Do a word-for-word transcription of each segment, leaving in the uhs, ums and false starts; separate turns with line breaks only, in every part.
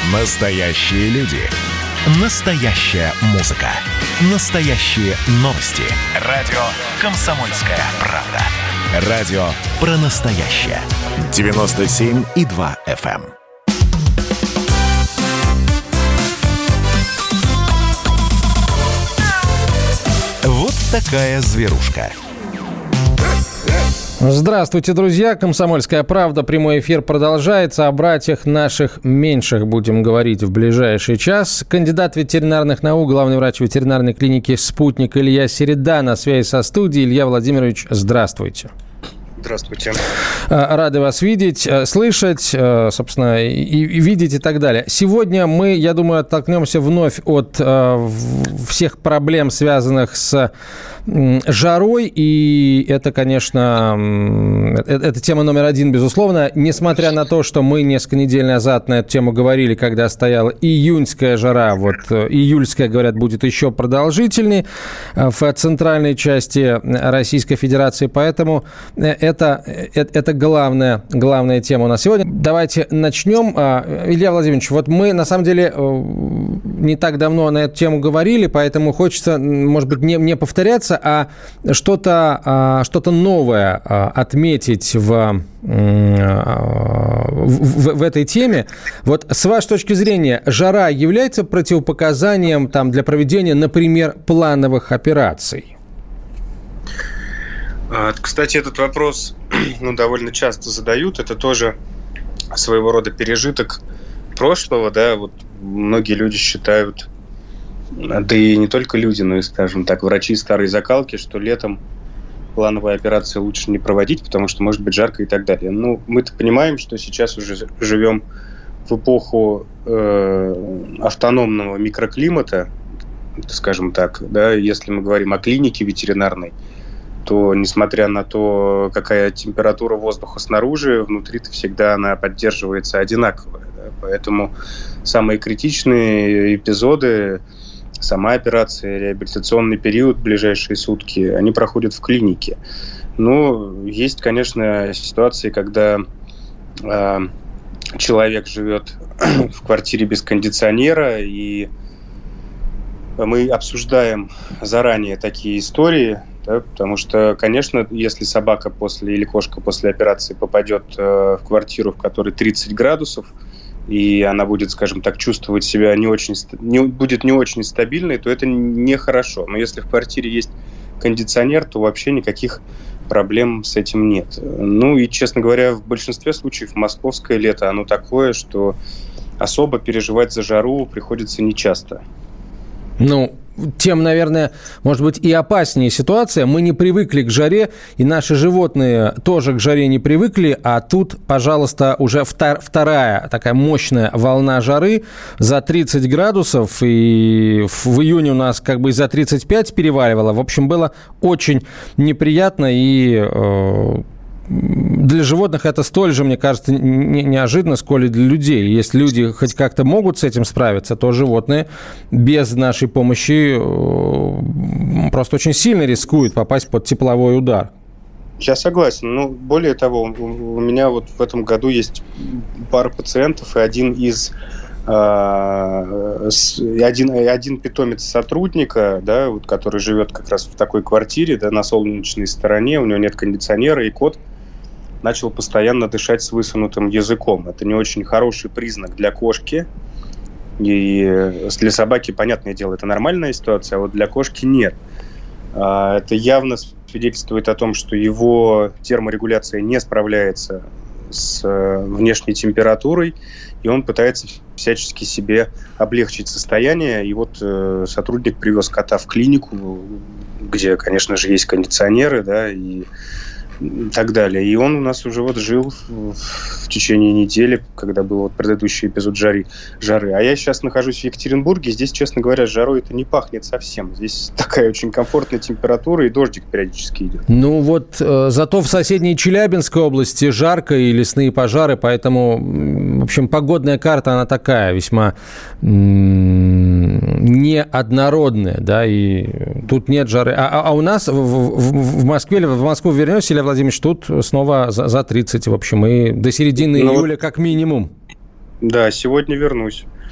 Настоящие люди. Настоящая музыка. Настоящие новости. Радио «Комсомольская правда». Радио про настоящее. девяносто семь и два эф эм. Вот такая зверушка.
Здравствуйте, друзья. «Комсомольская правда». Прямой эфир продолжается. О братьях наших меньших будем говорить в ближайший час. Кандидат ветеринарных наук, главный врач ветеринарной клиники «Спутник» Илья Середа на связи со студией. Илья Владимирович, здравствуйте.
Здравствуйте.
Рады вас видеть, слышать, собственно, и, и видеть и так далее. Сегодня мы, я думаю, оттолкнемся вновь от э, всех проблем, связанных с э, жарой. И это, конечно, э, это тема номер один, безусловно. Несмотря на то, что мы несколько недель назад на эту тему говорили, когда стояла июньская жара, вот э, июльская, говорят, будет еще продолжительней э, в центральной части Российской Федерации. Поэтому э, Это, это, это главная, главная тема у нас сегодня. Давайте начнем. Илья Владимирович, вот мы, на самом деле, не так давно на эту тему говорили, поэтому хочется, может быть, не, не повторяться, а что-то, что-то новое отметить в, в, в этой теме. Вот с вашей точки зрения, жара является противопоказанием там, для проведения, например, плановых операций?
Кстати, этот вопрос ну, довольно часто задают. Это тоже своего рода пережиток прошлого. Да? Вот многие люди считают, да и не только люди, но и, скажем так, врачи старой закалки, что летом плановые операции лучше не проводить, потому что может быть жарко и так далее. Ну, мы-то понимаем, что сейчас уже живем в эпоху э, автономного микроклимата, скажем так. Да? Если мы говорим о клинике ветеринарной, то, несмотря на то, какая температура воздуха снаружи, внутри-то всегда она поддерживается одинаковая. Да? Поэтому самые критичные эпизоды, сама операция, реабилитационный период, ближайшие сутки, они проходят в клинике. Ну, есть, конечно, ситуации, когда э, человек живет в квартире без кондиционера, и мы обсуждаем заранее такие истории, да, потому что, конечно, если собака после или кошка после операции попадет э, в квартиру, в которой тридцать градусов, и она будет, скажем так, чувствовать себя не очень, не, будет не очень стабильной, то это нехорошо. Но если в квартире есть кондиционер, то вообще никаких проблем с этим нет. Ну и, честно говоря, в большинстве случаев московское лето, оно такое, что особо переживать за жару приходится нечасто.
Ну, тем, наверное, может быть, и опаснее ситуация. Мы не привыкли к жаре, и наши животные тоже к жаре не привыкли, а тут, пожалуйста, уже втор- вторая такая мощная волна жары за тридцать градусов, и в июне у нас как бы за тридцать пять переваливало. В общем, было очень неприятно, и э, для животных это столь же, мне кажется, не- неожиданно, сколь и для людей. Если люди хоть как-то могут с этим справиться, то животные без нашей помощи э, просто очень сильно рискуют попасть под тепловой удар.
Я согласен. Ну, более того, у меня вот в этом году есть пара пациентов, и один из э, с, один, один питомец сотрудника, да, вот, который живет как раз в такой квартире, да, на солнечной стороне, у него нет кондиционера, и кот начал постоянно дышать с высунутым языком. Это не очень хороший признак для кошки. И для собаки, понятное дело, это нормальная ситуация, а вот для кошки нет. Это явно свидетельствует о том, что его терморегуляция не справляется с внешней температурой, и он пытается всячески себе облегчить состояние. И вот сотрудник привез кота в клинику, где, конечно же, есть кондиционеры, да, и так далее. И он у нас уже вот жил в, в течение недели, когда был вот предыдущий эпизод жары, жары. А я сейчас нахожусь в Екатеринбурге. Здесь, честно говоря, жарой это не пахнет совсем. Здесь такая очень комфортная температура, и дождик периодически идет.
Ну вот, э, зато в соседней Челябинской области жарко и лесные пожары, поэтому, в общем, погодная карта, она такая, весьма м- неоднородная, да, и тут нет жары. А, а у нас в, в, в Москве, в Москву вернешься, Илья Владимирович, тут снова за тридцать, в общем, и до середины ну, июля как минимум.
Да, сегодня вернусь.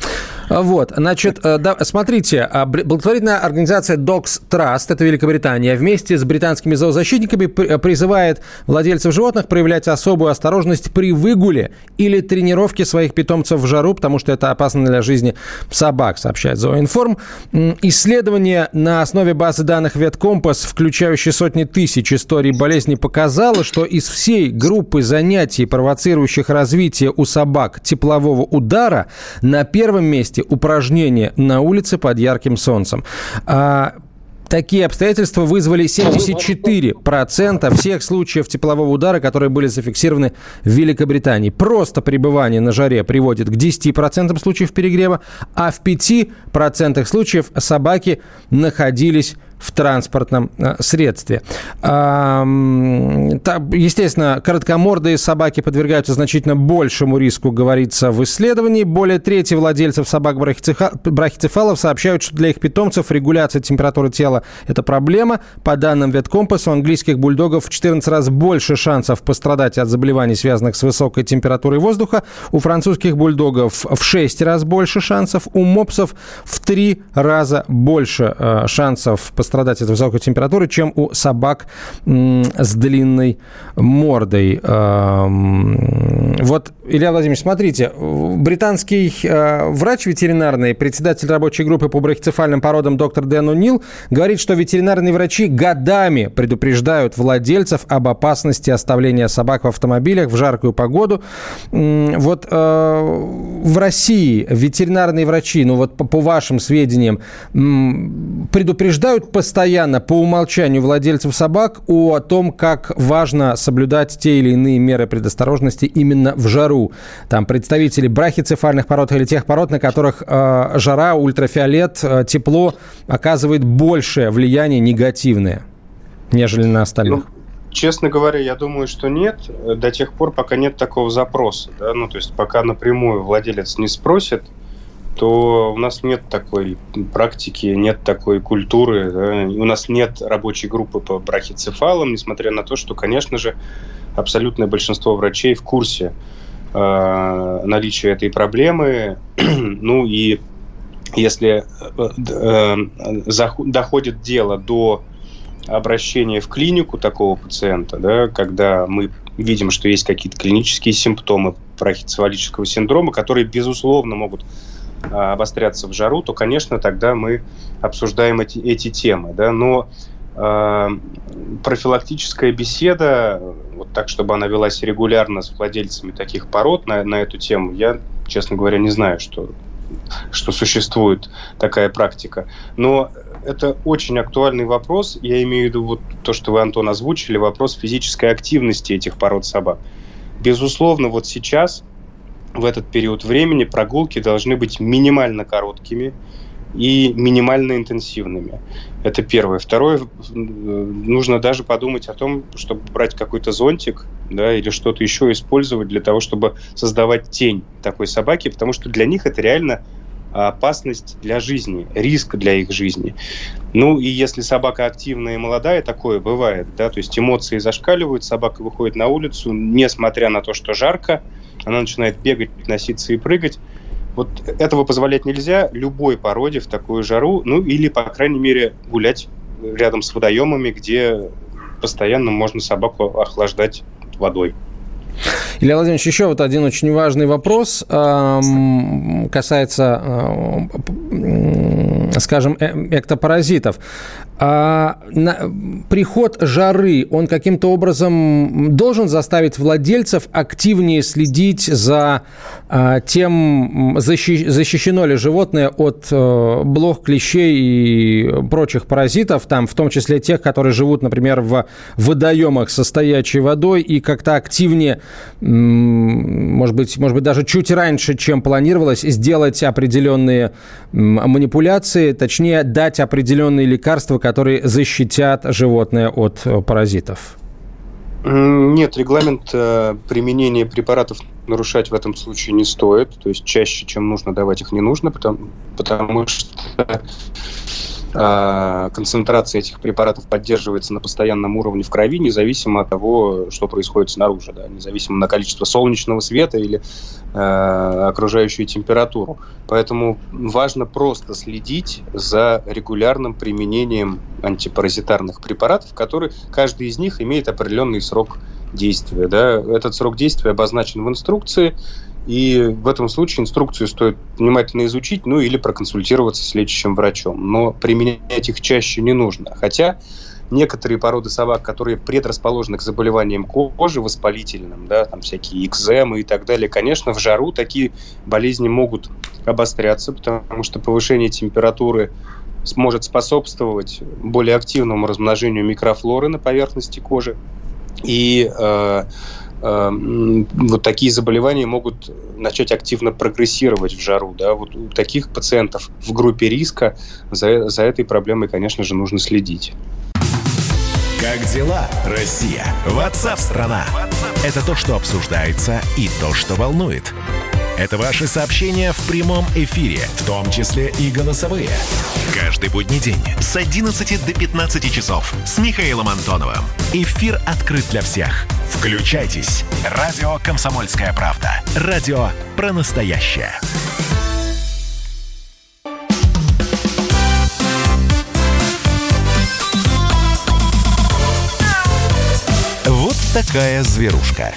Вот, значит, да, смотрите, благотворительная организация Dogs Trust, это Великобритания, вместе с британскими зоозащитниками призывает владельцев животных проявлять особую осторожность при выгуле или тренировке своих питомцев в жару, потому что это опасно для жизни собак, сообщает Зооинформ. Исследование на основе базы данных Веткомпас, включающей сотни тысяч историй болезней, показало, что из всей группы занятий, провоцирующих развитие у собак теплового удара, на первом месте упражнения на улице под ярким солнцем. А такие обстоятельства вызвали семьдесят четыре процента всех случаев теплового удара, которые были зафиксированы в Великобритании. Просто пребывание на жаре приводит к десяти процентам случаев перегрева, а в пяти процентах случаев собаки находились в транспортном средстве. Естественно, короткомордые собаки подвергаются значительно большему риску, говорится в исследовании. Более трети владельцев собак-брахицефалов сообщают, что для их питомцев регуляция температуры тела – это проблема. По данным Веткомпаса, у английских бульдогов в четырнадцать раз больше шансов пострадать от заболеваний, связанных с высокой температурой воздуха. У французских бульдогов в шесть раз больше шансов. У мопсов в три раза больше шансов пострадать страдать от высокой температуры, чем у собак м, с длинной мордой. Вот, Илья Владимирович, смотрите, британский э, врач ветеринарный, председатель рабочей группы по брахицефальным породам доктор Дэн О'Нил говорит, что ветеринарные врачи годами предупреждают владельцев об опасности оставления собак в автомобилях в жаркую погоду. Вот э, в России ветеринарные врачи, ну вот по, по вашим сведениям, предупреждают постоянно по умолчанию владельцев собак о том, как важно соблюдать те или иные меры предосторожности именно в жару. Там представители брахицефальных пород или тех пород, на которых э, жара, ультрафиолет, э, тепло оказывает большее влияние негативное, нежели на остальных.
Ну, честно говоря, я думаю, что нет, до тех пор, пока нет такого запроса. Да? Ну, то есть пока напрямую владелец не спросит, то у нас нет такой практики, нет такой культуры, да? У нас нет рабочей группы по брахицефалам, несмотря на то, что, конечно же, абсолютное большинство врачей в курсе э, наличия этой проблемы. Ну и если э, э, доходит дело до обращения в клинику такого пациента, да, когда мы видим, что есть какие-то клинические симптомы брахицефалического синдрома, которые, безусловно, могут обостряться в жару, то, конечно, тогда мы обсуждаем эти, эти темы. Да? Но э, профилактическая беседа, вот так, чтобы она велась регулярно с владельцами таких пород на, на эту тему, я, честно говоря, не знаю, что, что существует такая практика. Но это очень актуальный вопрос. Я имею в виду вот то, что вы, Антон, озвучили, вопрос физической активности этих пород собак. Безусловно, вот сейчас в этот период времени прогулки должны быть минимально короткими и минимально интенсивными. Это первое. Второе, нужно даже подумать о том, чтобы брать какой-то зонтик, да, или что-то еще использовать для того, чтобы создавать тень такой собаки, потому что для них это реально опасность для жизни, риск для их жизни. Ну и если собака активная и молодая, такое бывает, да, то есть эмоции зашкаливают, собака выходит на улицу, несмотря на то, что жарко, она начинает бегать, носиться и прыгать. Вот этого позволять нельзя любой породе в такую жару, ну или, по крайней мере, гулять рядом с водоемами, где постоянно можно собаку охлаждать водой.
Илья Владимирович, еще вот один очень важный вопрос э, касается, э, скажем, эктопаразитов. А на, приход жары, он каким-то образом должен заставить владельцев активнее следить за а, тем, защи, защищено ли животное от а, блох, клещей и прочих паразитов, там, в том числе тех, которые живут, например, в водоемах со стоячей водой, и как-то активнее, может быть, может быть, даже чуть раньше, чем планировалось, сделать определенные манипуляции, точнее, дать определенные лекарства, которые защитят животное от паразитов?
Нет, регламент э, применения препаратов нарушать в этом случае не стоит. То есть чаще, чем нужно, давать их не нужно, потому, потому что концентрация этих препаратов поддерживается на постоянном уровне в крови, независимо от того, что происходит снаружи, да, независимо от количества солнечного света или э, окружающую температуру. Поэтому важно просто следить за регулярным применением антипаразитарных препаратов, которые, каждый из них имеет определенный срок действия. Да. Этот срок действия обозначен в инструкции, и в этом случае инструкцию стоит внимательно изучить, ну или проконсультироваться с лечащим врачом. Но применять их чаще не нужно. Хотя некоторые породы собак, которые предрасположены к заболеваниям кожи, воспалительным, да, там всякие экземы и так далее, конечно, в жару такие болезни могут обостряться, потому что повышение температуры может способствовать более активному размножению микрофлоры на поверхности кожи. И э, вот такие заболевания могут начать активно прогрессировать в жару. Да? Вот у таких пациентов в группе риска за, за этой проблемой, конечно же, нужно следить.
Как дела, Россия? Ватсап-страна! Это то, что обсуждается, и то, что волнует. Это ваши сообщения в прямом эфире, в том числе и голосовые. Каждый будний день с одиннадцати до пятнадцати часов с Михаилом Антоновым. Эфир открыт для всех. Включайтесь. Радио «Комсомольская правда». Радио про настоящее. Вот такая зверушка.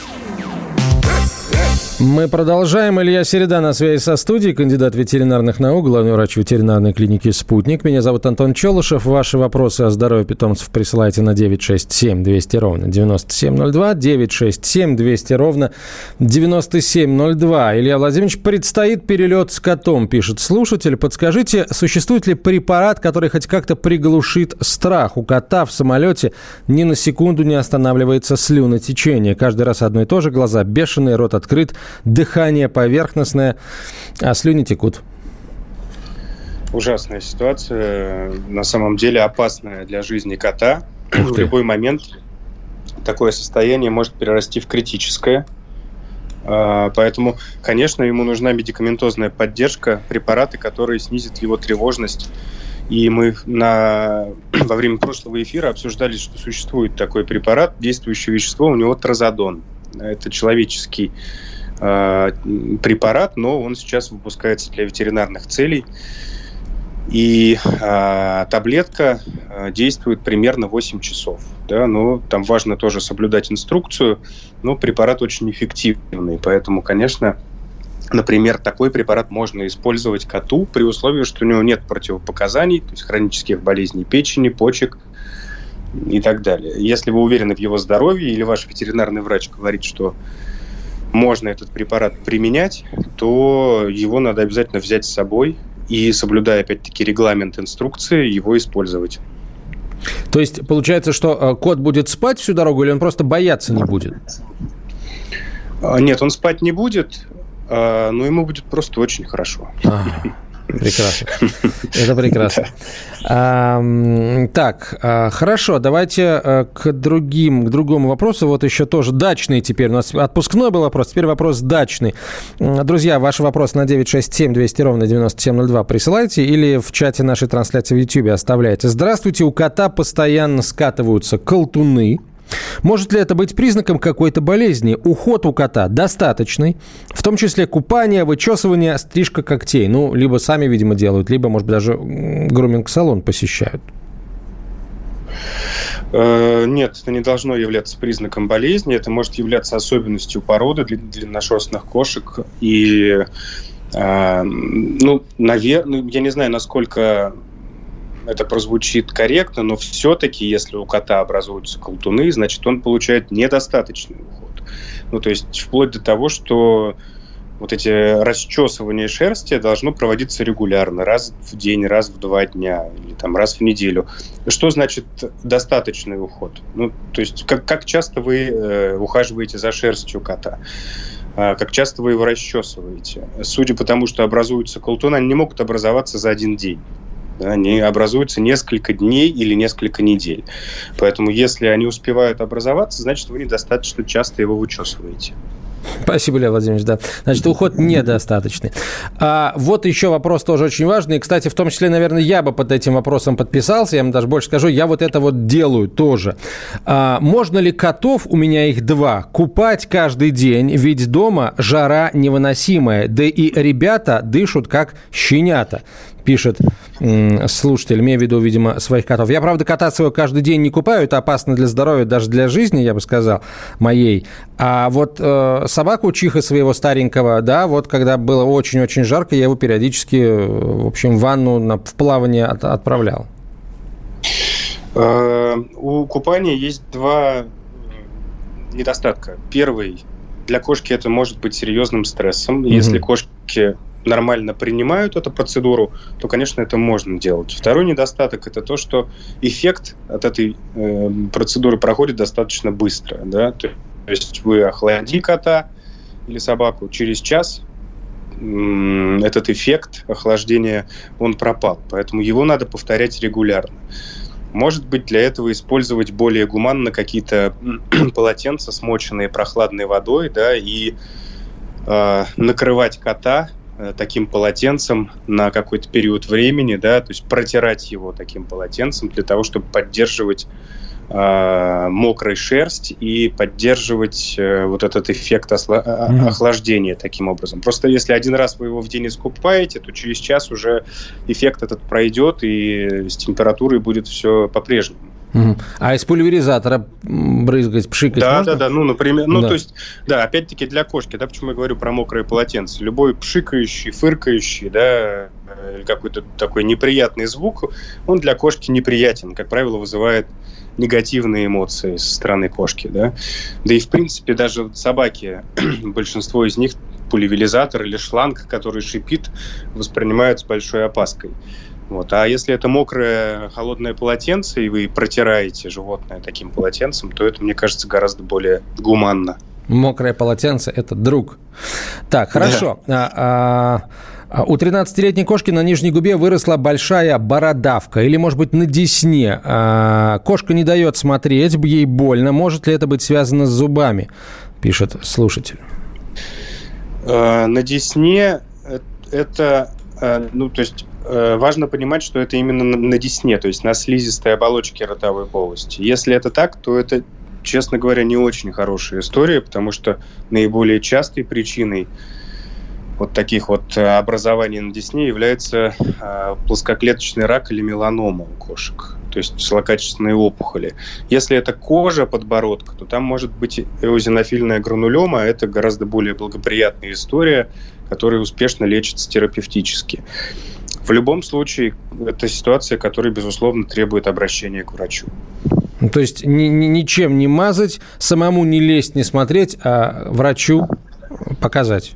Мы продолжаем. Илья Середа на связи со студией, кандидат ветеринарных наук, главный врач ветеринарной клиники «Спутник». Меня зовут Антон Челышев. Ваши вопросы о здоровье питомцев присылайте на девять шесть семь двести ровно девяносто семь ноль два, девять шесть семь двести ровно девяносто семь ноль два. Илья Владимирович, предстоит перелет с котом, пишет слушатель. Подскажите, существует ли препарат, который хоть как-то приглушит страх? У кота в самолете ни на секунду не останавливается слюнотечение. Каждый раз одно и то же, глаза бешеные, рот открыт, дыхание поверхностное, а слюни текут.
Ужасная ситуация, на самом деле опасная для жизни кота. В любой момент такое состояние может перерасти в критическое. Поэтому, конечно, ему нужна медикаментозная поддержка, препараты, которые снизят его тревожность. И мы на... во время прошлого эфира обсуждали, что существует такой препарат, действующее вещество, у него тразодон. Это человеческий препарат, но он сейчас выпускается для ветеринарных целей. И а, таблетка а, действует примерно восемь часов. Да? Но там важно тоже соблюдать инструкцию, но препарат очень эффективный. Поэтому, конечно, например, такой препарат можно использовать коту при условии, что у него нет противопоказаний, то есть хронических болезней печени, почек и так далее. Если вы уверены в его здоровье или ваш ветеринарный врач говорит, что можно этот препарат применять, то его надо обязательно взять с собой и, соблюдая, опять-таки, регламент инструкции, его использовать.
То есть, получается, что кот будет спать всю дорогу или он просто бояться не будет?
Нет, он спать не будет, но ему будет просто очень хорошо.
А-а-а. Прекрасно. Это прекрасно. А, так, а, хорошо, давайте а, к другим, к другому вопросу. Вот еще тоже дачный теперь. У нас отпускной был вопрос, теперь вопрос дачный. Друзья, ваши вопросы на девять шесть семь двести ровно девяносто семь ноль два присылайте или в чате нашей трансляции в Ютьюбе оставляйте. Здравствуйте, у кота постоянно скатываются колтуны. Может ли это быть признаком какой-то болезни? Уход у кота достаточный, в том числе купание, вычесывание, стрижка когтей. Ну, либо сами, видимо, делают, либо, может быть, даже груминг-салон посещают.
Нет, это не должно являться признаком болезни. Это может являться особенностью породы длинношерстных кошек. И, ну, наверное, я не знаю, насколько это прозвучит корректно, но все-таки, если у кота образуются колтуны, значит, он получает недостаточный уход. Ну, то есть, вплоть до того, что вот эти расчесывания шерсти должно проводиться регулярно, раз в день, раз в два дня, или там раз в неделю. Что значит достаточный уход? Ну, то есть, как, как часто вы э, ухаживаете за шерстью кота? Как часто вы его расчесываете? Судя по тому, что образуются колтуны, они не могут образоваться за один день. Они образуются несколько дней или несколько недель. Поэтому, если они успевают образоваться, значит, вы недостаточно часто его вычесываете.
Спасибо, Лев Владимирович, да. Значит, уход недостаточный. А вот еще вопрос тоже очень важный. И, кстати, в том числе, наверное, я бы под этим вопросом подписался. Я вам даже больше скажу, я вот это вот делаю тоже. А можно ли котов, у меня их два, купать каждый день? Ведь дома жара невыносимая. Да и ребята дышат как щенята, пишет м, слушатель, имея в виду, видимо, своих котов. Я, правда, кота своего каждый день не купаю, это опасно для здоровья, даже для жизни, я бы сказал, моей. А вот э, собаку чиха своего старенького, да, вот когда было очень-очень жарко, я его периодически, в общем, в ванну на, в плавание от, отправлял.
У купания есть два недостатка. Первый, для кошки это может быть серьезным стрессом. Mm-hmm. Если кошки нормально принимают эту процедуру, то, конечно, это можно делать. Второй недостаток – это то, что эффект от этой э, процедуры проходит достаточно быстро. Да? То есть вы охладили кота или собаку, через час э, этот эффект охлаждения, он пропал. Поэтому его надо повторять регулярно. Может быть, для этого использовать более гуманно какие-то полотенца, смоченные прохладной водой, да, и э, накрывать кота таким полотенцем на какой-то период времени, да, то есть протирать его таким полотенцем для того, чтобы поддерживать э, мокрой шерсть и поддерживать э, вот этот эффект осла- mm-hmm. охлаждения таким образом. Просто если один раз вы его в день искупаете, то через час уже эффект этот пройдет, и с температурой будет все по-прежнему.
Угу. А из пульверизатора брызгать, пшикать
да,
можно?
Да, да, ну, например, ну,
да.
то есть, да, опять-таки для кошки, да, почему я говорю про мокрое полотенце. Любой пшикающий, фыркающий, да, или какой-то такой неприятный звук, он для кошки неприятен, как правило, вызывает негативные эмоции со стороны кошки, да. Да и, в принципе, даже собаки, большинство из них пульверизатор или шланг, который шипит, воспринимают с большой опаской. Вот. А если это мокрое холодное полотенце, и вы протираете животное таким полотенцем, то это, мне кажется, гораздо более гуманно.
Мокрое полотенце – это друг. Так, хорошо. Да. А, а, у тринадцатилетней кошки на нижней губе выросла большая бородавка. Или, может быть, на десне. А, кошка не дает смотреть, ей больно. Может ли это быть связано с зубами? Пишет слушатель.
А, на десне это, ну, то есть... Важно понимать, что это именно на десне, то есть на слизистой оболочке ротовой полости. Если это так, то это, честно говоря, не очень хорошая история, потому что наиболее частой причиной вот таких вот образований на десне является плоскоклеточный рак или меланома у кошек, то есть злокачественные опухоли. Если это кожа подбородка, то там может быть эозинофильная гранулема, это гораздо более благоприятная история, которая успешно лечится терапевтически. В любом случае, это ситуация, которая, безусловно, требует обращения к врачу.
То есть ни, ни, ничем не мазать, самому не лезть, не смотреть, а врачу показать?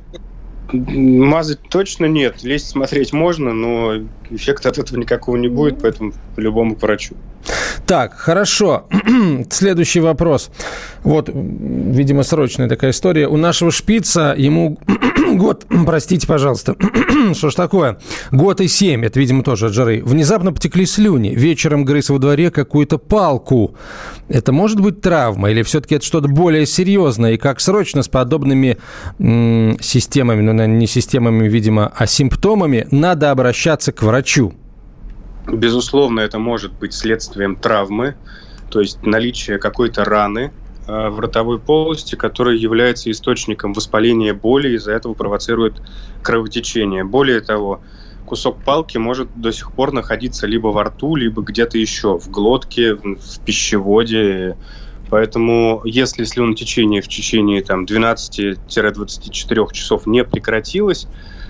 Мазать точно нет. Лезть смотреть можно, но эффекта от этого никакого не будет, поэтому по-любому к врачу.
Так, хорошо. Следующий вопрос. Вот, видимо, срочная такая история. У нашего шпица, ему год, простите, пожалуйста, что ж такое? Год и семь, это, видимо, тоже от жары. Внезапно потекли слюни. Вечером грыз во дворе какую-то палку. Это может быть травма? Или все-таки это что-то более серьезное? И как срочно с подобными м- системами, ну, не системами, видимо, а симптомами надо обращаться к врачу?
Безусловно, это может быть следствием травмы, то есть наличие какой-то раны э, в ротовой полости, которая является источником воспаления боли, из-за этого провоцирует кровотечение. Более того, кусок палки может до сих пор находиться либо во рту, либо где-то еще, в глотке, в пищеводе. Поэтому, если слюнотечение в течение там, двенадцати-двадцати четырёх часов не прекратилось,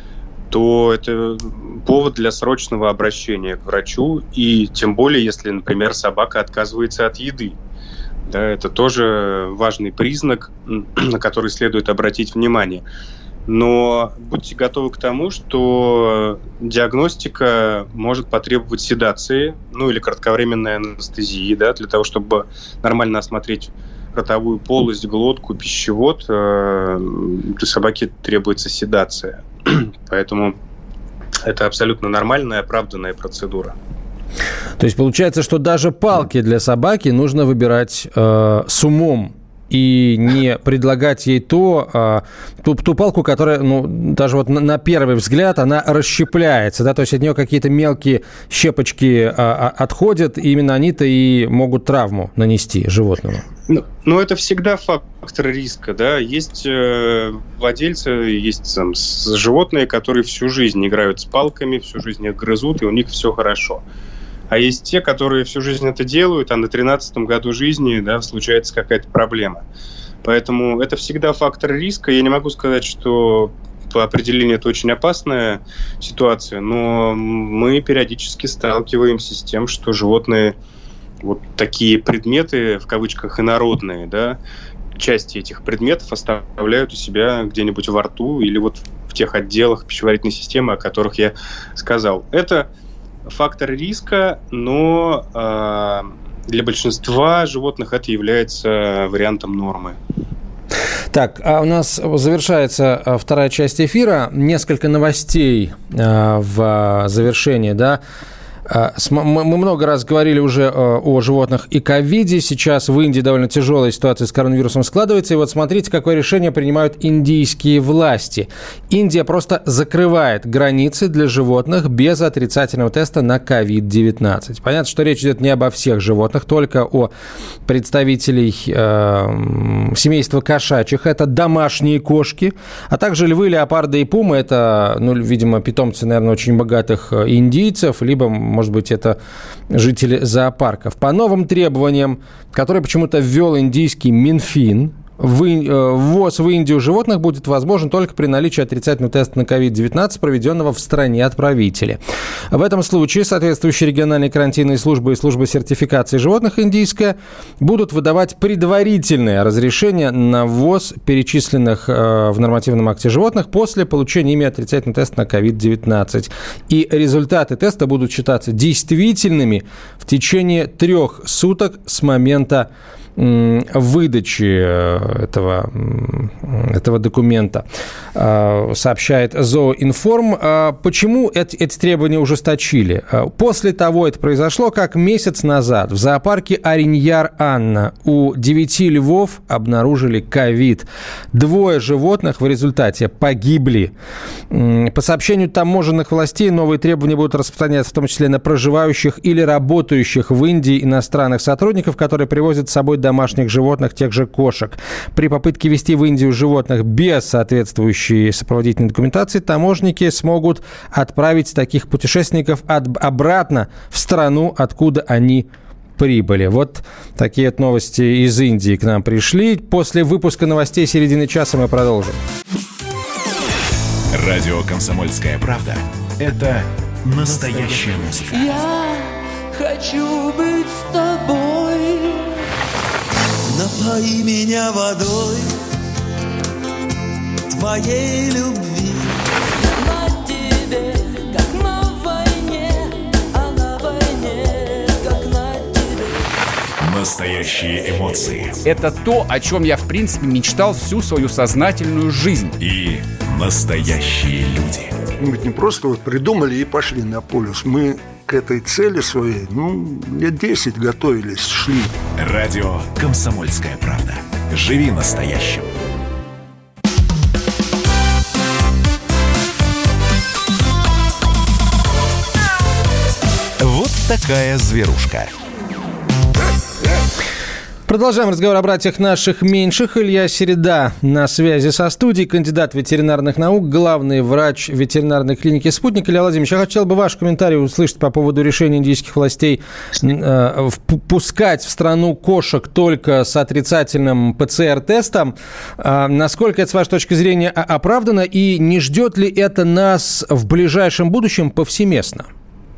то это повод для срочного обращения к врачу, и тем более, если, например, собака отказывается от еды. Да, это тоже важный признак, на который следует обратить внимание. Но будьте готовы к тому, что диагностика может потребовать седации, ну или кратковременной анестезии, да, для того, чтобы нормально осмотреть ротовую полость, глотку, пищевод. Для собаки требуется седация. Поэтому это абсолютно нормальная, оправданная процедура.
То есть получается, что даже палки для собаки нужно выбирать э, с умом. и не предлагать ей то, ту, ту палку, которая, ну, даже вот на, на первый взгляд, она расщепляется, да, то есть от нее какие-то мелкие щепочки а, отходят, и именно они-то и могут травму нанести животному.
Ну, ну это всегда фактор риска, да. Есть э, владельцы, есть там, животные, которые всю жизнь играют с палками, всю жизнь их грызут, и у них все хорошо. А есть те, которые всю жизнь это делают, а на тринадцатом году жизни, да, случается какая-то проблема. Поэтому это всегда фактор риска. Я не могу сказать, что по определению это очень опасная ситуация, но мы периодически сталкиваемся с тем, что животные, вот такие предметы, в кавычках, инородные, да, части этих предметов оставляют у себя где-нибудь во рту или вот в тех отделах пищеварительной системы, о которых я сказал. Это фактор риска, но э, для большинства животных это является вариантом нормы.
Так, а у нас завершается вторая часть эфира. Несколько новостей э, в завершении, да. Мы много раз говорили уже о животных и ковиде. Сейчас в Индии довольно тяжелая ситуация с коронавирусом складывается. И вот смотрите, какое решение принимают индийские власти. Индия просто закрывает границы для животных без отрицательного теста на ковид девятнадцать. Понятно, что речь идет не обо всех животных, только о представителей э, семейства кошачьих. Это домашние кошки, а также львы, леопарды и пумы. Это, ну, видимо, питомцы, наверное, очень богатых индийцев, либо, может быть, это жители зоопарков. По новым требованиям, которые почему-то ввел индийский Минфин, ввоз в Индию животных будет возможен только при наличии отрицательного теста на ковид девятнадцать, проведенного в стране отправителя. В этом случае соответствующие региональные карантинные службы и служба сертификации животных индийская будут выдавать предварительное разрешение на ввоз перечисленных в нормативном акте животных после получения ими отрицательного теста на ковид девятнадцать. И результаты теста будут считаться действительными в течение трех суток с момента выдачи этого, этого документа, сообщает Зооинформ. Почему эти, эти требования ужесточили? После того это произошло, как месяц назад в зоопарке Ариньяр-Анна у девяти львов обнаружили ковид. Двое животных в результате погибли. По сообщению таможенных властей, новые требования будут распространяться в том числе на проживающих или работающих в Индии иностранных сотрудников, которые привозят с собой домашних животных, тех же кошек. При попытке везти в Индию животных без соответствующей сопроводительной документации таможенники смогут отправить таких путешественников от, обратно в страну, откуда они прибыли. Вот такие вот новости из Индии к нам пришли. После выпуска новостей середины часа мы продолжим.
Радио «Комсомольская правда» — это настоящая музыка.
Я хочу быть с тобой. Напои меня водой твоей любви. На тебе, как на войне, а на войне, как на тебе.
Настоящие эмоции.
Это то, о чем я, в принципе, мечтал всю свою сознательную жизнь.
И настоящие люди.
Мы ведь не просто вот придумали и пошли на полюс. Мы к этой цели своей, ну, лет десять готовились, шли.
Радио «Комсомольская правда». Живи настоящим. Вот такая зверушка.
Продолжаем разговор о братьях наших меньших. Илья Середа на связи со студией, кандидат ветеринарных наук, главный врач ветеринарной клиники «Спутник». Илья Владимирович, я хотел бы ваш комментарий услышать по поводу решения индийских властей э, впускать в страну кошек только с отрицательным ПЦР-тестом. Э, насколько это, с вашей точки зрения, оправдано, и не ждет ли это нас в ближайшем будущем повсеместно?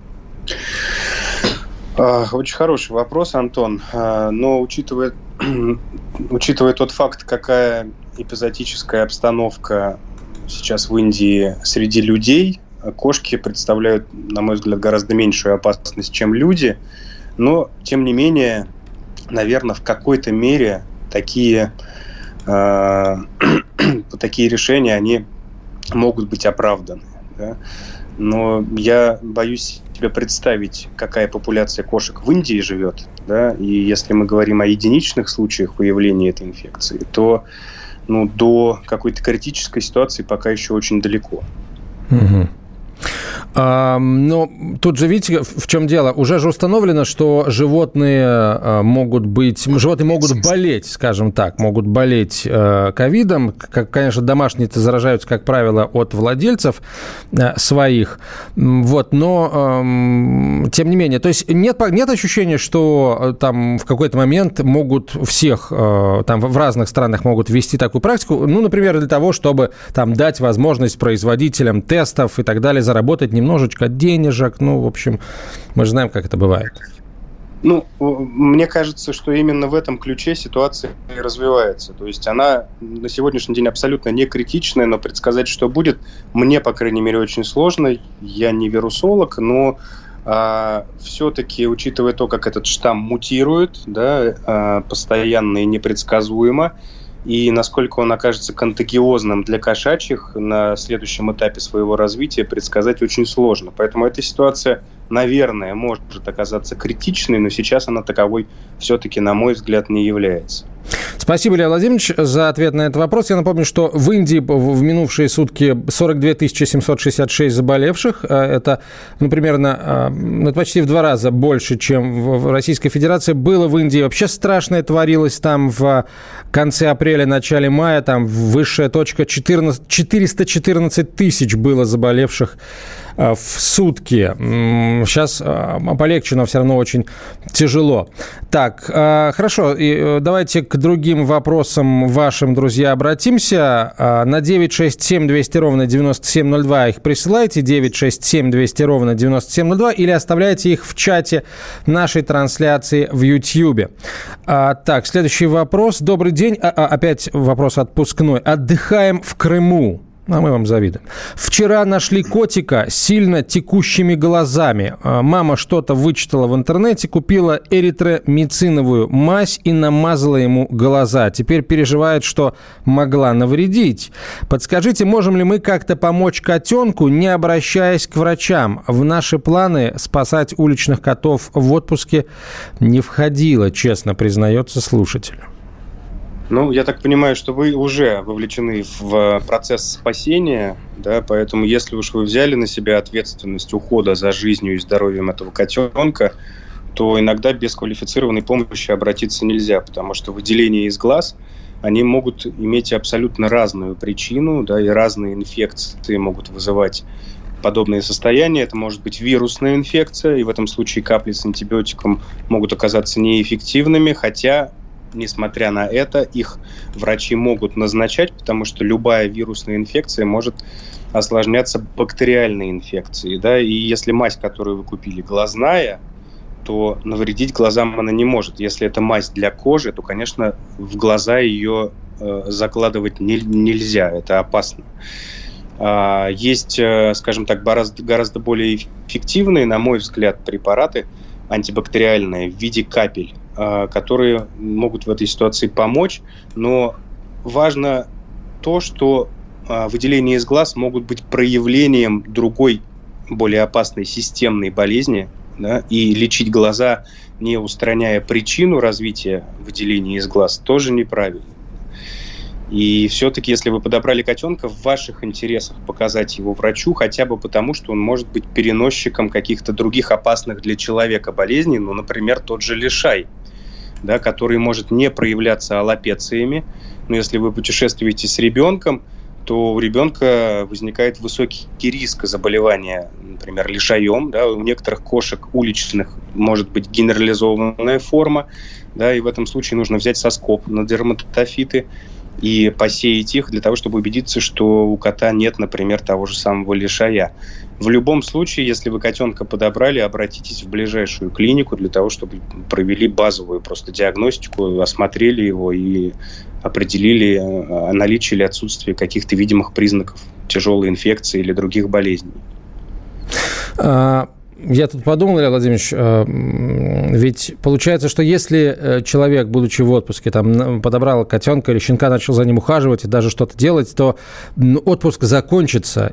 Очень хороший вопрос, Антон. Но учитывая, учитывая тот факт, какая эпизодическая обстановка сейчас в Индии среди людей, кошки представляют, на мой взгляд, гораздо меньшую опасность, чем люди. Но, тем не наверное, в какой-то мере такие, э, такие решения, они могут быть оправданы. Да? Но я боюсь себе представить, какая популяция кошек в Индии живет. Да? И если мы говорим о единичных случаях выявления этой инфекции, то ну, до какой-то критической ситуации пока еще очень далеко.
Угу. А, но тут же, видите, в чем дело? Уже же установлено, что животные могут быть, животные могут болеть, скажем так, могут болеть ковидом. Как, конечно, домашние-то заражаются, как правило, от владельцев своих. Вот, но тем не менее, то есть нет, нет ощущения, что там в какой-то момент могут всех, там в разных странах могут ввести такую практику, ну, например, для того, чтобы там дать возможность производителям тестов и так далее заработать немножечко денежек. Ну, в общем, мы же знаем, как это бывает.
Ну, мне кажется, что именно в этом ключе ситуация и развивается. То есть она на сегодняшний день абсолютно не критичная, но предсказать, что будет, мне, по крайней мере, очень сложно. Я не вирусолог, но а, все-таки, учитывая то, как этот штамм мутирует, да, а, постоянно и непредсказуемо, и насколько он окажется контагиозным для кошачьих на следующем этапе своего развития, предсказать очень сложно. Поэтому эта ситуация, наверное, может оказаться критичной, но сейчас она таковой все-таки, на мой взгляд, не является.
Спасибо, Илья Владимирович, за ответ на этот вопрос. Я напомню, что в Индии в минувшие сутки сорок две тысячи семьсот шестьдесят шесть заболевших. Это, ну, примерно, ну, почти в два раза больше, чем в Российской Федерации. Было в Индии вообще страшное творилось там в конце апреля, начале мая. Там высшая точка четыреста четырнадцать тысяч было заболевших в сутки. Сейчас полегче, но все равно очень тяжело. Так, хорошо, и давайте к другим вопросам вашим, друзья, обратимся. На девять шесть семь двести ровно девяносто семь ноль два их присылайте, девять шесть семь двести ровно девяносто семь ноль два, или оставляйте их в чате нашей трансляции в YouTube. Так, следующий вопрос. Добрый день. Опять вопрос отпускной. Отдыхаем в Крыму. А мы вам завидуем. Вчера нашли котика с сильно текущими глазами. Мама что-то вычитала в интернете, купила эритромициновую мазь и намазала ему глаза. Теперь переживает, что могла навредить. Подскажите, можем ли мы как-то помочь котенку, не обращаясь к врачам? В наши планы спасать уличных котов в отпуске не входило, честно признается слушатель.
Ну, я так понимаю, что вы уже вовлечены в процесс спасения, да, поэтому если уж вы взяли на себя ответственность ухода за жизнью и здоровьем этого котенка, то иногда без квалифицированной помощи обратиться нельзя, потому что выделения из глаз, они могут иметь абсолютно разную причину, да, и разные инфекции могут вызывать подобные состояния. Это может быть вирусная инфекция, и в этом случае капли с антибиотиком могут оказаться неэффективными, хотя... Несмотря на это, их врачи могут назначать, потому что любая вирусная инфекция может осложняться бактериальной инфекцией. Да? И если мазь, которую вы купили, глазная, то навредить глазам она не может. Если это мазь для кожи, то, конечно, в глаза ее э, закладывать не, нельзя, это опасно. А, есть, э, скажем так, гораздо, гораздо более эффективные, на мой взгляд, препараты антибактериальные в виде капель, которые могут в этой ситуации помочь, но важно то, что выделения из глаз могут быть проявлением другой, более опасной системной болезни, да, и лечить глаза, не устраняя причину развития выделения из глаз, тоже неправильно. И все-таки, если вы подобрали котенка, в ваших интересах показать его врачу, хотя бы потому, что он может быть переносчиком каких-то других опасных для человека болезней, ну, например, тот же лишай, да, который может не проявляться аллопециями. Но если вы путешествуете с ребенком, то у ребенка возникает высокий риск заболевания, например, лишаем. Да, у некоторых кошек уличных может быть генерализованная форма, да, и в этом случае нужно взять соскоб на дерматофиты и посеять их для того, чтобы убедиться, что у кота нет, например, того же самого лишая. В любом случае, если вы котенка подобрали, обратитесь в ближайшую клинику для того, чтобы провели базовую просто диагностику, осмотрели его и определили наличие или отсутствие каких-то видимых признаков тяжелой инфекции или других болезней.
я тут подумал, Илья Владимирович, ведь получается, что если человек, будучи в отпуске, там, подобрал котенка или щенка, начал за ним ухаживать и даже что-то делать, то отпуск закончится.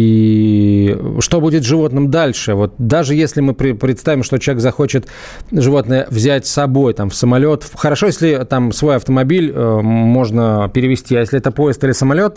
И что будет с животным дальше? Вот даже если мы представим, что человек захочет животное взять с собой там, в самолет, хорошо, если там свой автомобиль можно перевезти, а если это поезд или самолет,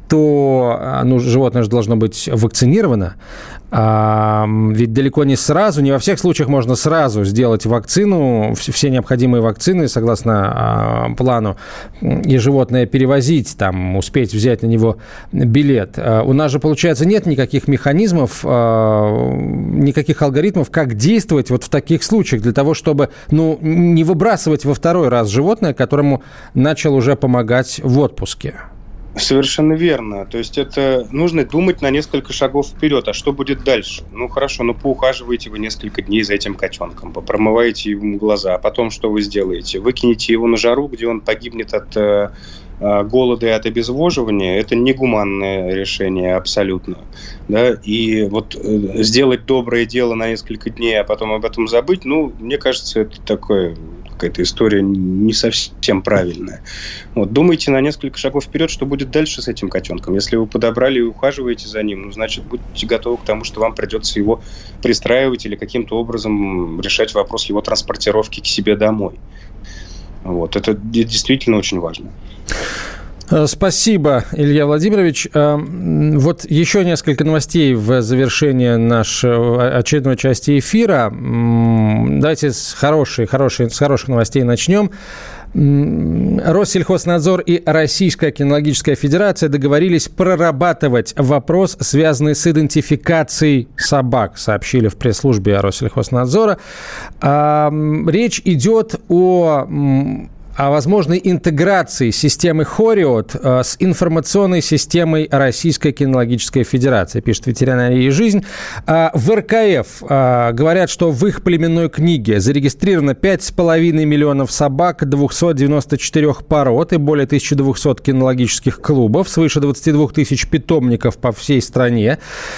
то ну, животное же должно быть вакцинировано. А, ведь далеко не сразу, не во всех случаях можно сразу сделать вакцину, все необходимые вакцины, согласно а, плану, и животное перевозить, там, успеть взять на него билет. А, у нас же, получается, нет никаких механизмов, а, никаких алгоритмов, как действовать вот в таких случаях, для того, чтобы ну, не выбрасывать во второй раз животное, которому начал уже помогать в отпуске.
Совершенно верно. То есть это нужно думать на несколько шагов вперед. А что будет дальше? Ну хорошо, ну поухаживаете вы несколько дней за этим котенком, попромываете ему глаза, а потом что вы сделаете? Выкинете его на жару, где он погибнет от э, голода и от обезвоживания. Это негуманное решение абсолютно. Да? И вот э, сделать доброе дело на несколько дней, а потом об этом забыть, ну, мне кажется, это такое... какая-то история не совсем правильная. Вот, думайте на несколько шагов вперед, что будет дальше с этим котенком. Если вы подобрали и ухаживаете за ним, ну, значит, будьте готовы к тому, что вам придется его пристраивать или каким-то образом решать вопрос его транспортировки к себе домой. Вот, это действительно очень важно.
Спасибо, Илья Владимирович. Вот еще несколько новостей в завершение нашей очередной части эфира. Давайте с, хорошей, хорошей, с хороших новостей начнем. Россельхознадзор и Российская кинологическая федерация договорились прорабатывать вопрос, связанный с идентификацией собак, сообщили в пресс-службе Россельхознадзора. Речь идет о... о возможной интеграции системы Хориот э, с информационной системой Российской кинологической федерации, пишет «Ветеринария и жизнь». А в эр ка эф э, говорят, что в их племенной книге зарегистрировано пять с половиной миллионов собак двести девяносто четыре пород и более тысяча двести кинологических клубов, свыше двадцать два тысяч питомников по всей стране.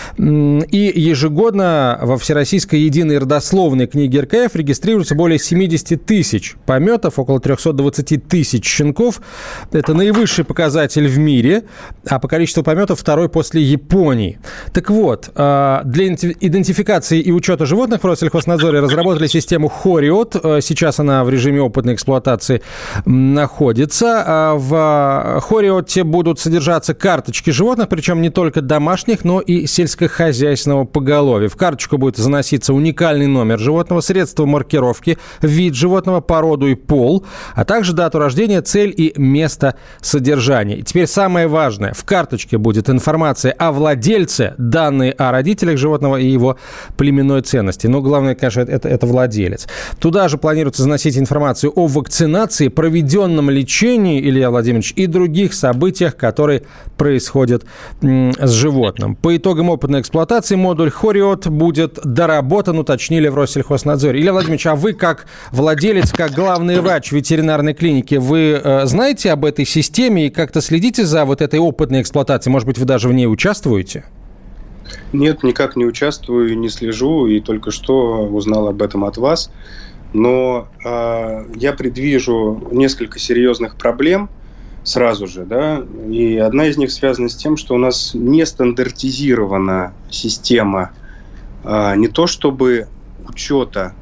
И ежегодно во Всероссийской единой родословной книге эр ка эф регистрируется более семьдесят тысяч пометов, около триста двадцать тысяч щенков. Это наивысший показатель в мире, а по количеству пометов второй после Японии. Так вот, для идентификации и учета животных в Россельхознадзоре разработали систему Хориот. Сейчас она в режиме опытной эксплуатации находится. В Хориоте будут содержаться карточки животных, причем не только домашних, но и сельскохозяйственного поголовья. В карточку будет заноситься уникальный номер животного, средства маркировки, вид животного, породу и пол, а также также дату рождения, цель и место содержания. И теперь самое важное. В карточке будет информация о владельце, данные о родителях животного и его племенной ценности. Но главное, конечно, это, это владелец. Туда же планируется заносить информацию о вакцинации, проведенном лечении, Илья Владимирович, и других событиях, которые происходят м, с животным. По итогам опытной эксплуатации модуль Хориот будет доработан, уточнили в Россельхознадзоре. Илья Владимирович, а вы как владелец, как главный врач ветеринарной клиники, вы э, знаете об этой системе и как-то следите за вот этой опытной эксплуатацией? Может быть, вы даже в ней участвуете?
Нет, никак не участвую, не слежу, и только что узнал об этом от вас. Но э, я предвижу несколько серьезных проблем сразу же, да, и одна из них связана с тем, что у нас не стандартизирована система э, не то чтобы учета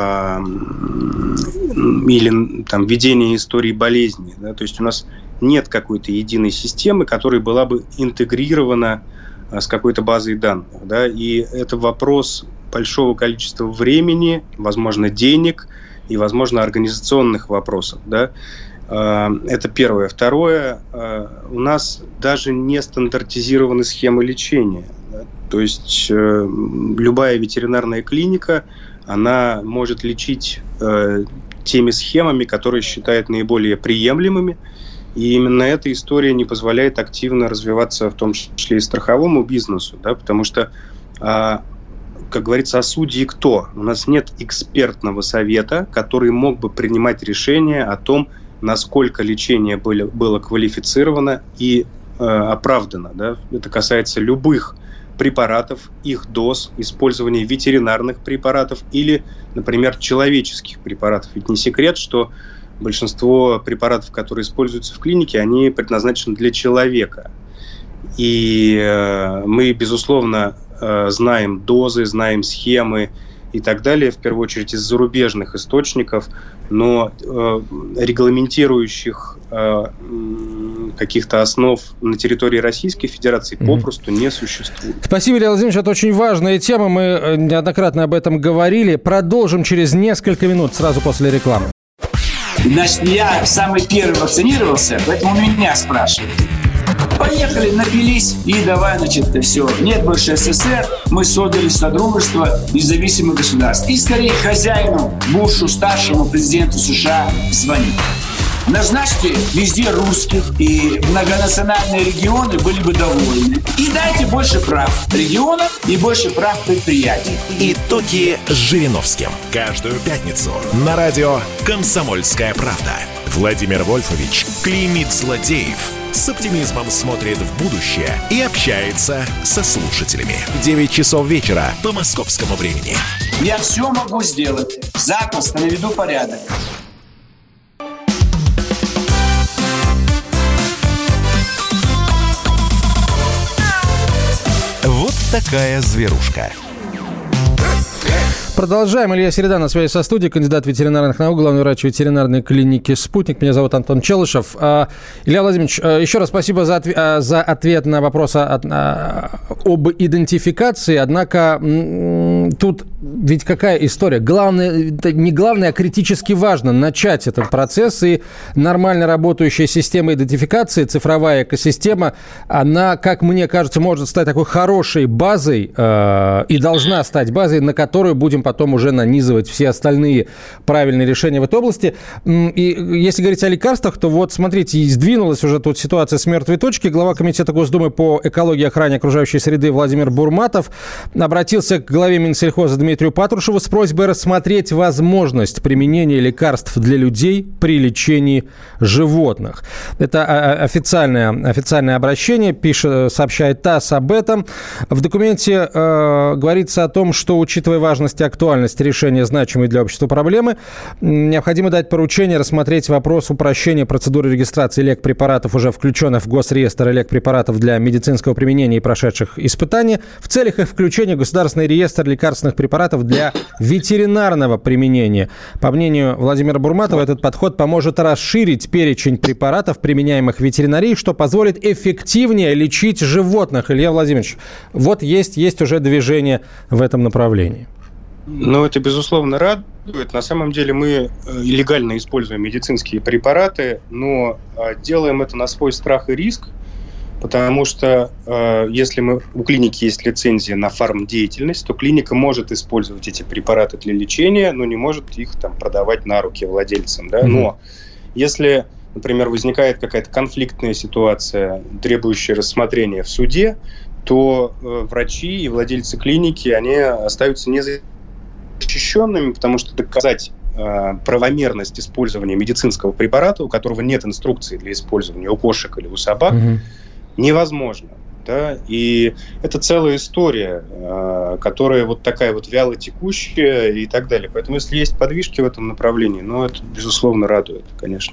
или там ведение истории болезни, да, то есть у нас нет какой-то единой системы, которая была бы интегрирована а, с какой-то базой данных, да, и это вопрос большого количества времени, возможно, денег и, возможно, организационных вопросов, да. А, это первое. Второе, а, у нас даже не стандартизированы схемы лечения, да, то есть а, любая ветеринарная клиника, она может лечить э, теми схемами, которые считает наиболее приемлемыми. И именно эта история не позволяет активно развиваться, в том числе и страховому бизнесу, да, потому что, э, как говорится, а судьи кто? У нас нет экспертного совета, который мог бы принимать решение о том, насколько лечение было, было квалифицировано и э, оправдано. Да? Это касается любых препаратов, их доз, использование ветеринарных препаратов или, например, человеческих препаратов. Ведь не секрет, что большинство препаратов, которые используются в клинике, они предназначены для человека. И э, мы, безусловно, э, знаем дозы, знаем схемы и так далее, в первую очередь из зарубежных источников, но э, регламентирующих э, каких-то основ на территории Российской Федерации mm-hmm. попросту не существует.
Спасибо, Илья Владимирович, это очень важная тема, мы неоднократно об этом говорили. Продолжим через несколько минут, сразу после рекламы.
Значит, я самый первый вакцинировался, поэтому меня спрашивают. Поехали, напились и давай, значит, все. Нет больше СССР, мы создали Содружество независимых государств. И скорее хозяину, Бушу, старшему президенту США звонить. Назначьте везде русских, и многонациональные регионы были бы довольны. И дайте больше прав регионам и больше прав предприятий.
Итоги с Жириновским. Каждую пятницу на радио «Комсомольская правда». Владимир Вольфович клеймит злодеев, с оптимизмом смотрит в будущее и общается со слушателями. девять часов вечера по московскому времени.
Я все могу сделать. Запросто наведу порядок.
Вот такая зверушка.
Продолжаем. Илья Середа на связи со студией, кандидат ветеринарных наук, главный врач ветеринарной клиники «Спутник». Меня зовут Антон Челышев. Илья Владимирович, еще раз спасибо за, отв- за ответ на вопрос о, о, об идентификации. Однако тут ведь какая история? Главное, не главное, а критически важно начать этот процесс. И нормально работающая система идентификации, цифровая экосистема, она, как мне кажется, может стать такой хорошей базой э, и должна стать базой, на которую будем потом уже нанизывать все остальные правильные решения в этой области. И если говорить о лекарствах, то вот, смотрите, сдвинулась уже тут ситуация с мертвой точки. Глава Комитета Госдумы по экологии и охране окружающей среды Владимир Бурматов обратился к главе Минсельхоза Дмитрию Патрушеву с просьбой рассмотреть возможность применения лекарств для людей при лечении животных. Это официальное, официальное обращение, пишет, сообщает ТАСС об этом. В документе э, говорится о том, что, учитывая важность и актуальность решения значимой для общества проблемы, необходимо дать поручение рассмотреть вопрос упрощения процедуры регистрации лекпрепаратов, уже включенных в Госреестр лекпрепаратов для медицинского применения и прошедших испытаний, в целях их включения в Государственный реестр лекарственных препаратов для ветеринарного применения. По мнению Владимира Бурматова, этот подход поможет расширить перечень препаратов, применяемых в ветеринарии, что позволит эффективнее лечить животных. Илья Владимирович, вот есть, есть уже движение в этом направлении.
Ну, это, безусловно, радует. На самом деле мы легально используем медицинские препараты, но делаем это на свой страх и риск, потому что если мы, у клиники есть лицензия на фармдеятельность, то клиника может использовать эти препараты для лечения, но не может их там продавать на руки владельцам. Да? Но если, например, возникает какая-то конфликтная ситуация, требующая рассмотрения в суде, то врачи и владельцы клиники, они остаются незащищенными, защищенными, потому что доказать э, правомерность использования медицинского препарата, у которого нет инструкции для использования у кошек или у собак, mm-hmm. невозможно. Да? И это целая история, э, которая вот такая вот вяло текущая и так далее. Поэтому если есть подвижки в этом направлении, ну, это, безусловно, радует, конечно.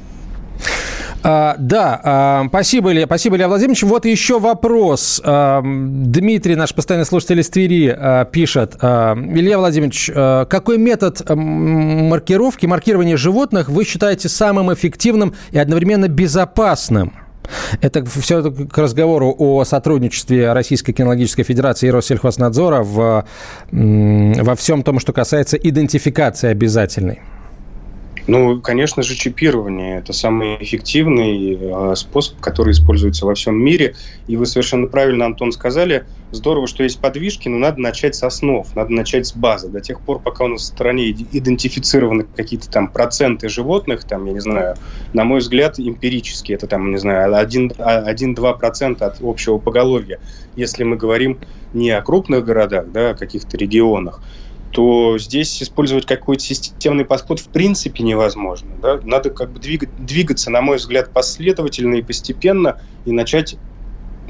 А, да, а, спасибо, Илья, спасибо, Илья Владимирович. Вот еще вопрос. А, Дмитрий, наш постоянный слушатель из Твери, а, пишет. А, Илья Владимирович, а, какой метод маркировки, маркирования животных вы считаете самым эффективным и одновременно безопасным? Это все к разговору о сотрудничестве Российской кинологической федерации и Россельхознадзора в, во всем том, что касается идентификации обязательной.
Ну, конечно же, чипирование – это самый эффективный э, способ, который используется во всем мире. И вы совершенно правильно, Антон, сказали, здорово, что есть подвижки, но надо начать с основ, надо начать с базы. До тех пор, пока у нас в стране идентифицированы какие-то там проценты животных, там, я не знаю, на мой взгляд, эмпирически, это там, не знаю, один-два процента от общего поголовья. Если мы говорим не о крупных городах, да, о каких-то регионах, то здесь использовать какой-то системный подход в принципе невозможно. Да? Надо как бы двигать, двигаться, на мой взгляд, последовательно и постепенно, и начать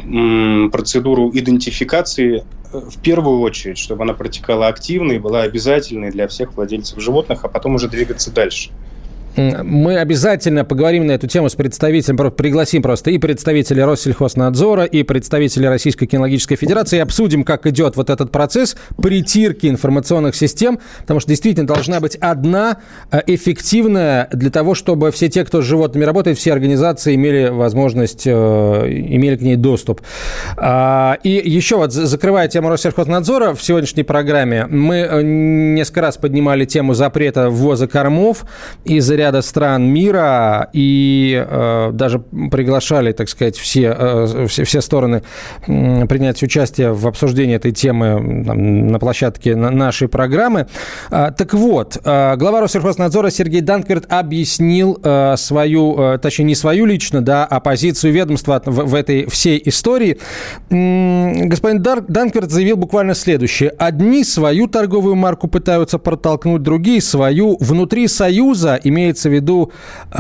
м, процедуру идентификации в первую очередь, чтобы она протекала активно и была обязательной для всех владельцев животных, а потом уже двигаться дальше.
Мы обязательно поговорим на эту тему с представителем, пригласим просто и представителей Россельхознадзора, и представителей Российской кинологической федерации, и обсудим, как идет вот этот процесс притирки информационных систем, потому что действительно должна быть одна эффективная для того, чтобы все те, кто с животными работает, все организации имели возможность, имели к ней доступ. И еще вот, закрывая тему Россельхознадзора, в сегодняшней программе мы несколько раз поднимали тему запрета ввоза кормов из ряда стран мира и э, даже приглашали, так сказать, все, э, все, все стороны э, принять участие в обсуждении этой темы там, на площадке на нашей программы. А, так вот, э, глава Россельхознадзора Сергей Данквирт объяснил э, свою, э, точнее, не свою лично, да, а позицию ведомства в, в этой всей истории. М-м, господин Дар- Данквирт заявил буквально следующее. Одни свою торговую марку пытаются протолкнуть, другие свою. Внутри Союза имеет имеется в виду э,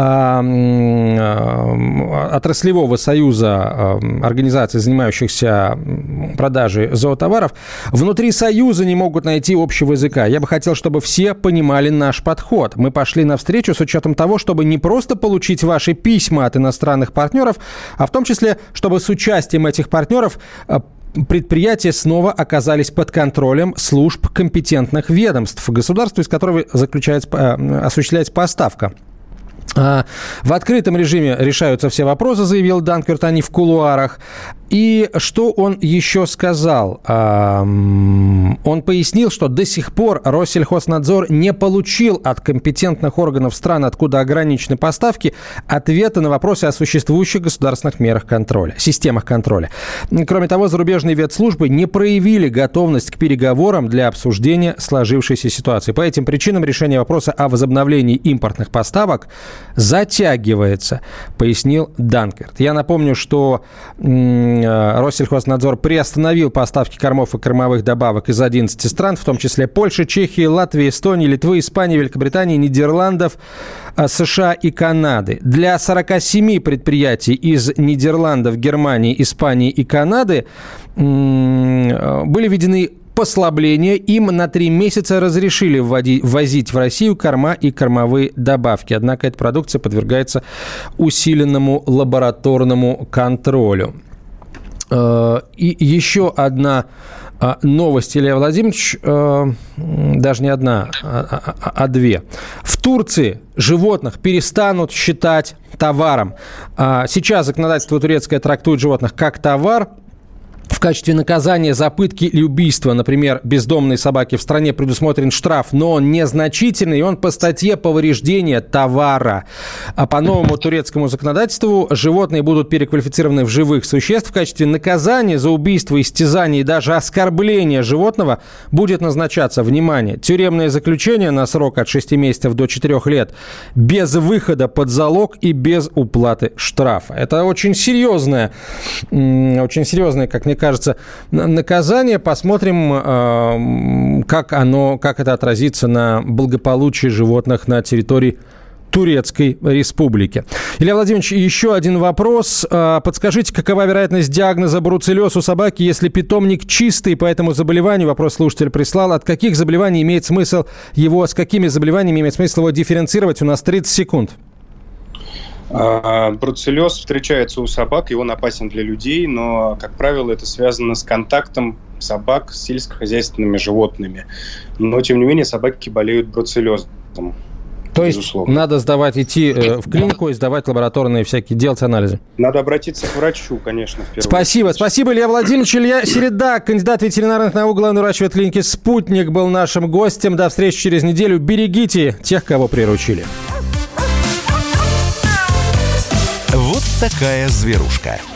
э, отраслевого союза э, организаций, занимающихся продажей зоотоваров, внутри союза не могут найти общего языка. Я бы хотел, чтобы все понимали наш подход. Мы пошли навстречу с учетом того, чтобы не просто получить ваши письма от иностранных партнеров, а в том числе, чтобы с участием этих партнеров э, предприятия снова оказались под контролем служб компетентных ведомств государства, из которого заключается, осуществляется поставка. В открытом режиме решаются все вопросы, заявил Данквирт, а не в кулуарах. И что он еще сказал? Он пояснил, что до сих пор Россельхознадзор не получил от компетентных органов стран, откуда ограничены поставки, ответа на вопросы о существующих государственных мерах контроля, системах контроля. Кроме того, зарубежные ветслужбы не проявили готовность к переговорам для обсуждения сложившейся ситуации. По этим причинам решение вопроса о возобновлении импортных поставок затягивается, пояснил Данквирт. Я напомню, что Россельхознадзор приостановил поставки кормов и кормовых добавок из одиннадцати стран, в том числе Польши, Чехии, Латвии, Эстонии, Литвы, Испании, Великобритании, Нидерландов, США и Канады. Для сорока семи предприятий из Нидерландов, Германии, Испании и Канады были введены послабления. Им на три месяца разрешили вводить, ввозить в Россию корма и кормовые добавки. Однако эта продукция подвергается усиленному лабораторному контролю. И еще одна новость, Илья Владимирович, даже не одна, а, а, а две. В Турции животных перестанут считать товаром. Сейчас законодательство турецкое трактует животных как товар. В качестве наказания за пытки или убийства, например, бездомной собаки в стране предусмотрен штраф, но он незначительный, и он по статье повреждения товара. А по новому турецкому законодательству животные будут переквалифицированы в живых существ. В качестве наказания за убийство, истязание и даже оскорбление животного будет назначаться, внимание, тюремное заключение на срок от шести месяцев до четырёх лет без выхода под залог и без уплаты штрафа. Это очень серьезное, очень серьезное, как мне кажется, наказание. Посмотрим, как оно, как это отразится на благополучии животных на территории Турецкой Республики. Илья Владимирович, еще один вопрос. Подскажите, какова вероятность диагноза бруцеллез у собаки, если питомник чистый по этому заболеванию? Вопрос слушатель прислал. От каких заболеваний имеет смысл его, с какими заболеваниями имеет смысл его дифференцировать? У нас тридцать секунд.
Бруцеллез встречается у собак, и он опасен для людей, но, как правило, это связано с контактом собак с сельскохозяйственными животными. Но, тем не менее, собаки болеют бруцеллезом.
То есть безусловно. Надо сдавать, идти в клинику и сдавать лабораторные всякие, делать анализы?
Надо обратиться к врачу, конечно, в первую
Спасибо.
очередь.
Спасибо, Илья Владимирович. Илья Середа, кандидат ветеринарных наук, главный врач ветклиники «Спутник», был нашим гостем. До встречи через неделю. Берегите тех, кого приручили.
Вот такая зверушка.